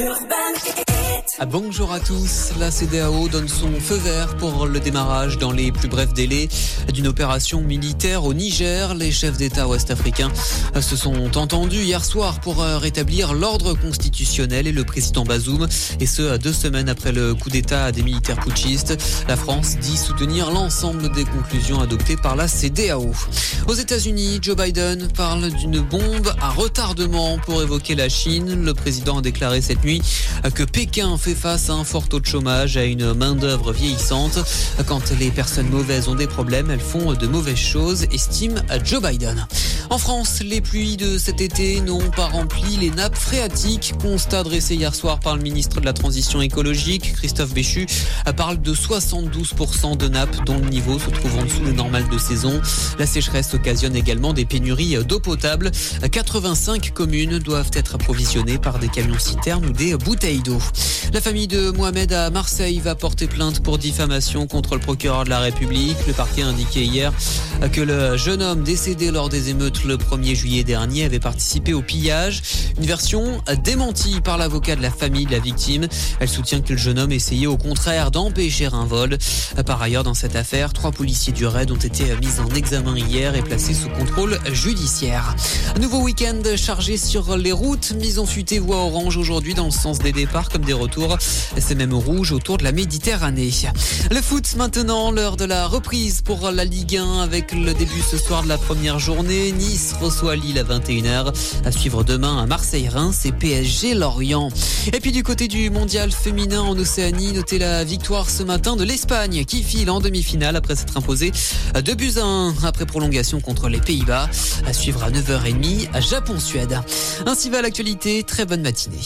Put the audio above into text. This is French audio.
Bonjour à tous, la CEDEAO donne son feu vert pour le démarrage dans les plus brefs délais d'une opération militaire au Niger. Les chefs d'État ouest-africains se sont entendus hier soir pour rétablir l'ordre constitutionnel et le président Bazoum, et ce 2 semaines après le coup d'État des militaires putschistes. La France dit soutenir l'ensemble des conclusions adoptées par la CEDEAO. Aux États-Unis, Joe Biden parle d'une bombe à retardement pour évoquer la Chine. Le président a déclaré cette nuit que Pékin fait face à un fort taux de chômage, à une main-d'œuvre vieillissante. Quand les personnes mauvaises ont des problèmes, elles font de mauvaises choses, estime Joe Biden. En France, les pluies de cet été n'ont pas rempli les nappes phréatiques. Constat dressé hier soir par le ministre de la Transition écologique, Christophe Béchu, parle de 72% de nappes dont le niveau se trouve en dessous des normales de saison. La sécheresse occasionne également des pénuries d'eau potable. 85 communes doivent être approvisionnées par des camions-citernes ou des bouteilles d'eau. La famille de Mohamed à Marseille va porter plainte pour diffamation contre le procureur de la République. Le parquet a indiqué hier que le jeune homme décédé lors des émeutes le 1er juillet dernier avait participé au pillage. Une version démentie par l'avocat de la famille de la victime. Elle soutient que le jeune homme essayait au contraire d'empêcher un vol. Par ailleurs, dans cette affaire, 3 policiers du raid ont été mis en examen hier et placés sous contrôle judiciaire. Un nouveau week-end chargé sur les routes. Mise en futée voie orange aujourd'hui dans le sens des départs comme des retours. C'est même rouge autour de la Méditerranée. Le foot maintenant, l'heure de la reprise pour la Ligue 1 avec le début ce soir de la première journée. Nice reçoit Lille à 21h. À suivre demain à Marseille-Reims et PSG-Lorient. Et puis du côté du mondial féminin en Océanie, notez la victoire ce matin de l'Espagne qui file en demi-finale après s'être imposée 2-1 après prolongation contre les Pays-Bas. À suivre à 9h30 à Japon-Suède. Ainsi va l'actualité. Très bonne matinée.